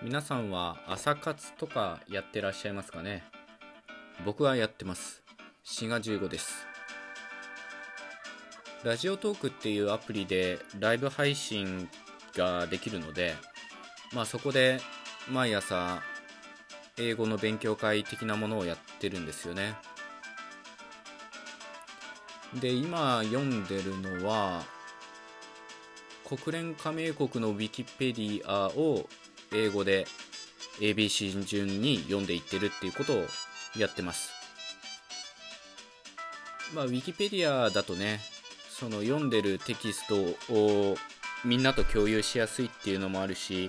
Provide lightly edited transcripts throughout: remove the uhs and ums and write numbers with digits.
皆さんは朝活とかやってらっしゃいますかね。僕はやってます。4が15です。ラジオトークっていうアプリでライブ配信ができるので、そこで毎朝英語の勉強会的なものをやってるんですよね。で、今読んでるのは国連加盟国のウィキペディアを英語で ABC 順に読んでいってるっていうことをやってます。ウィキペディアだとね、その読んでるテキストをみんなと共有しやすいっていうのもあるし、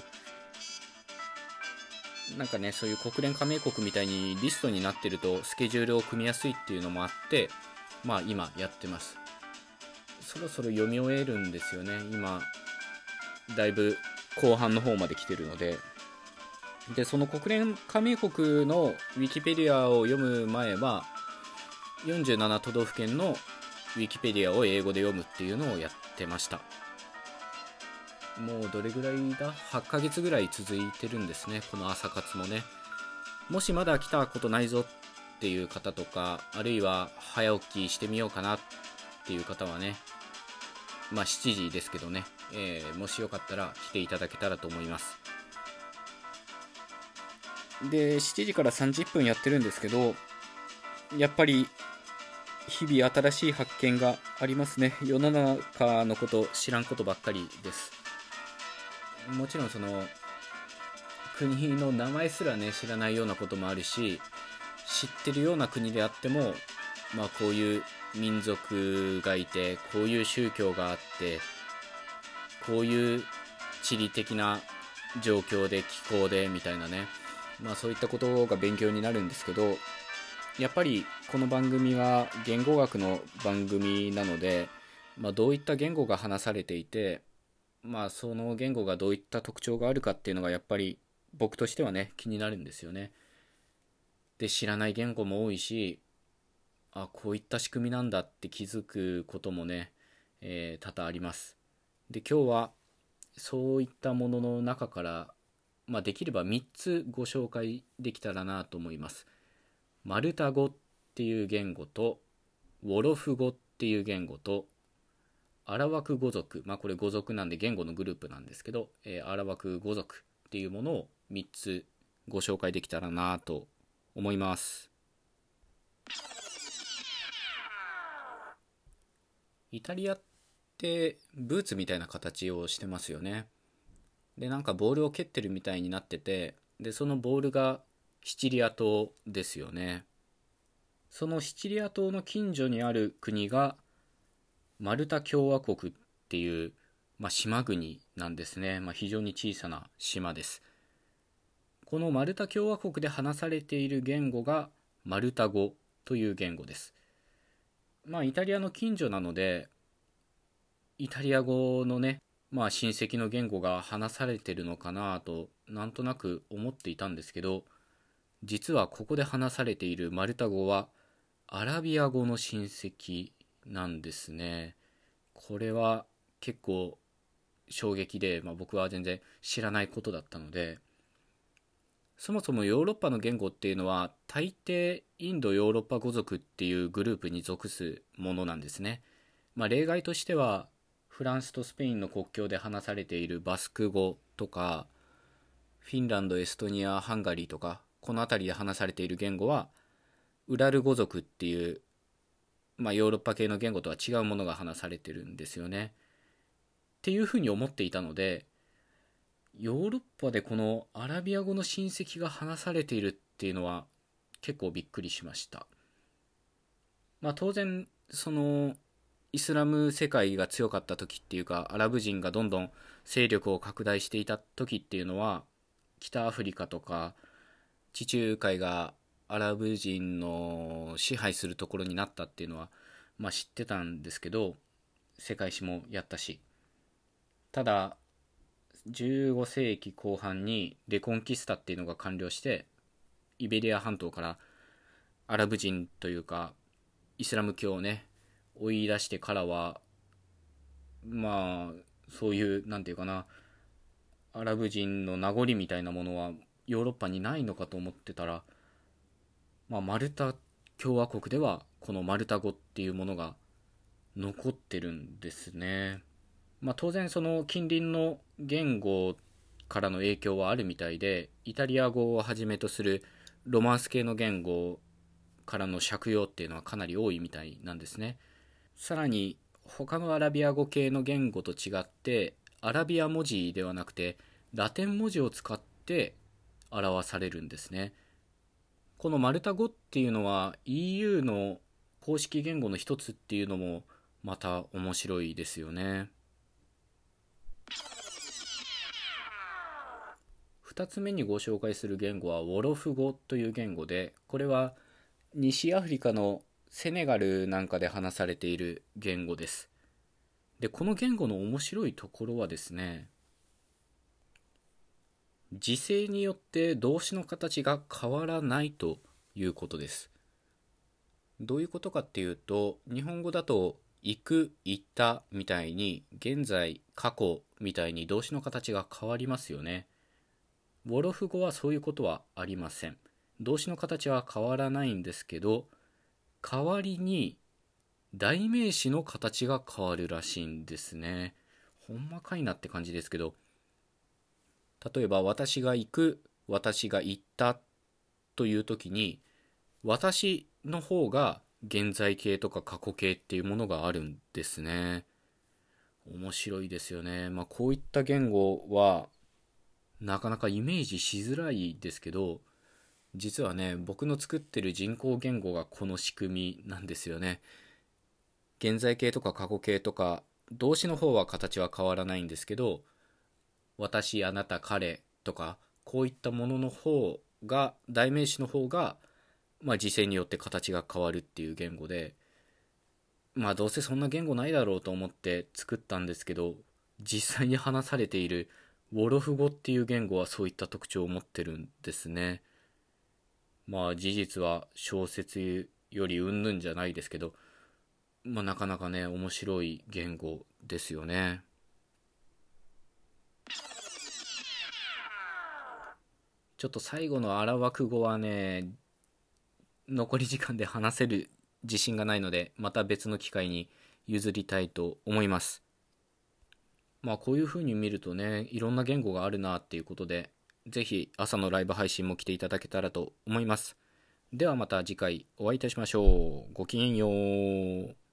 なんかね、そういう国連加盟国みたいにリストになってるとスケジュールを組みやすいっていうのもあって、今やってます。そろそろ読み終えるんですよね。今だいぶ後半の方まで来てるので。で、その国連加盟国のウィキペディアを読む前は47都道府県のウィキペディアを英語で読むっていうのをやってました。もうどれぐらいだ、8ヶ月ぐらい続いてるんですね、この朝活もね。もしまだ来たことないぞっていう方とか、あるいは早起きしてみようかなっていう方はね、7時ですけどね、もしよかったら来ていただけたらと思います。で、7時から30分やってるんですけど、やっぱり日々新しい発見がありますね。世の中のこと、知らんことばっかりです。もちろんその国の名前すらね知らないようなこともあるし、知ってるような国であっても、こういう民族がいて、こういう宗教があって、こういう地理的な状況で気候でみたいなね、そういったことが勉強になるんですけど、やっぱりこの番組は言語学の番組なので、どういった言語が話されていて、その言語がどういった特徴があるかっていうのがやっぱり僕としてはね気になるんですよね。で、知らない言語も多いし、こういった仕組みなんだって気づくこともね、多々あります。で、今日はそういったものの中から、できれば3つご紹介できたらなと思います。マルタ語っていう言語と、ウォロフ語っていう言語と、アラワク語族、これ語族なんで言語のグループなんですけど、アラワク語族っていうものを3つご紹介できたらなと思います。イタリアってブーツみたいな形をしてますよね。で、なんかボールを蹴ってるみたいになってて、で、そのボールがシチリア島ですよね。そのシチリア島の近所にある国がマルタ共和国っていう、島国なんですね。非常に小さな島です。このマルタ共和国で話されている言語がマルタ語という言語です。イタリアの近所なので、イタリア語のね、親戚の言語が話されてるのかなとなんとなく思っていたんですけど、実はここで話されているマルタ語はアラビア語の親戚なんですね。これは結構衝撃で、僕は全然知らないことだったので、そもそもヨーロッパの言語っていうのは大抵インドヨーロッパ語族っていうグループに属すものなんですね。例外としてはフランスとスペインの国境で話されているバスク語とか、フィンランド、エストニア、ハンガリーとか、この辺りで話されている言語はウラル語族っていう、ヨーロッパ系の言語とは違うものが話されてるんですよね。っていうふうに思っていたので、ヨーロッパでこのアラビア語の親戚が話されているっていうのは結構びっくりしました。当然そのイスラム世界が強かった時っていうか、アラブ人がどんどん勢力を拡大していた時っていうのは、北アフリカとか地中海がアラブ人の支配するところになったっていうのは、知ってたんですけど、世界史もやったし、ただ15世紀後半にレコンキスタっていうのが完了して、イベリア半島からアラブ人というかイスラム教をね追い出してからは、そういうなんていうかな、 アラブ人の名残みたいなものはヨーロッパにないのかと思ってたら、マルタ共和国ではこのマルタ語っていうものが残ってるんですね。当然その近隣の言語からの影響はあるみたいで、イタリア語をはじめとするロマンス系の言語からの借用っていうのはかなり多いみたいなんですね。さらに他のアラビア語系の言語と違って、アラビア文字ではなくてラテン文字を使って表されるんですね。このマルタ語っていうのは EU の公式言語の一つっていうのもまた面白いですよね。2つ目にご紹介する言語はウォロフ語という言語で、これは西アフリカのセネガルなんかで話されている言語です。で、この言語の面白いところはですね、時制によって動詞の形が変わらないということです。どういうことかっていうと、日本語だと行く、行ったみたいに現在、過去みたいに動詞の形が変わりますよね。ウォロフ語はそういうことはありません。動詞の形は変わらないんですけど、代わりに代名詞の形が変わるらしいんですね。ほんまかいなって感じですけど、例えば私が行く、私が行ったという時に、私の方が現在形とか過去形っていうものがあるんですね。面白いですよね。こういった言語はなかなかイメージしづらいですけど、実はね、僕の作ってる人工言語がこの仕組みなんですよね。現在形とか過去形とか動詞の方は形は変わらないんですけど、私、あなた、彼とかこういったものの方が、代名詞の方が時制によって形が変わるっていう言語で、どうせそんな言語ないだろうと思って作ったんですけど、実際に話されているウォロフ語っていう言語はそういった特徴を持ってるんですね。事実は小説よりうんぬんじゃないですけど、なかなかね、面白い言語ですよね。ちょっと最後のアラワク語はね、残り時間で話せる自信がないので、また別の機会に譲りたいと思います。こういう風に見るとね、いろんな言語があるなっていうことで、ぜひ朝のライブ配信も来ていただけたらと思います。ではまた次回お会いいたしましょう。ごきげんよう。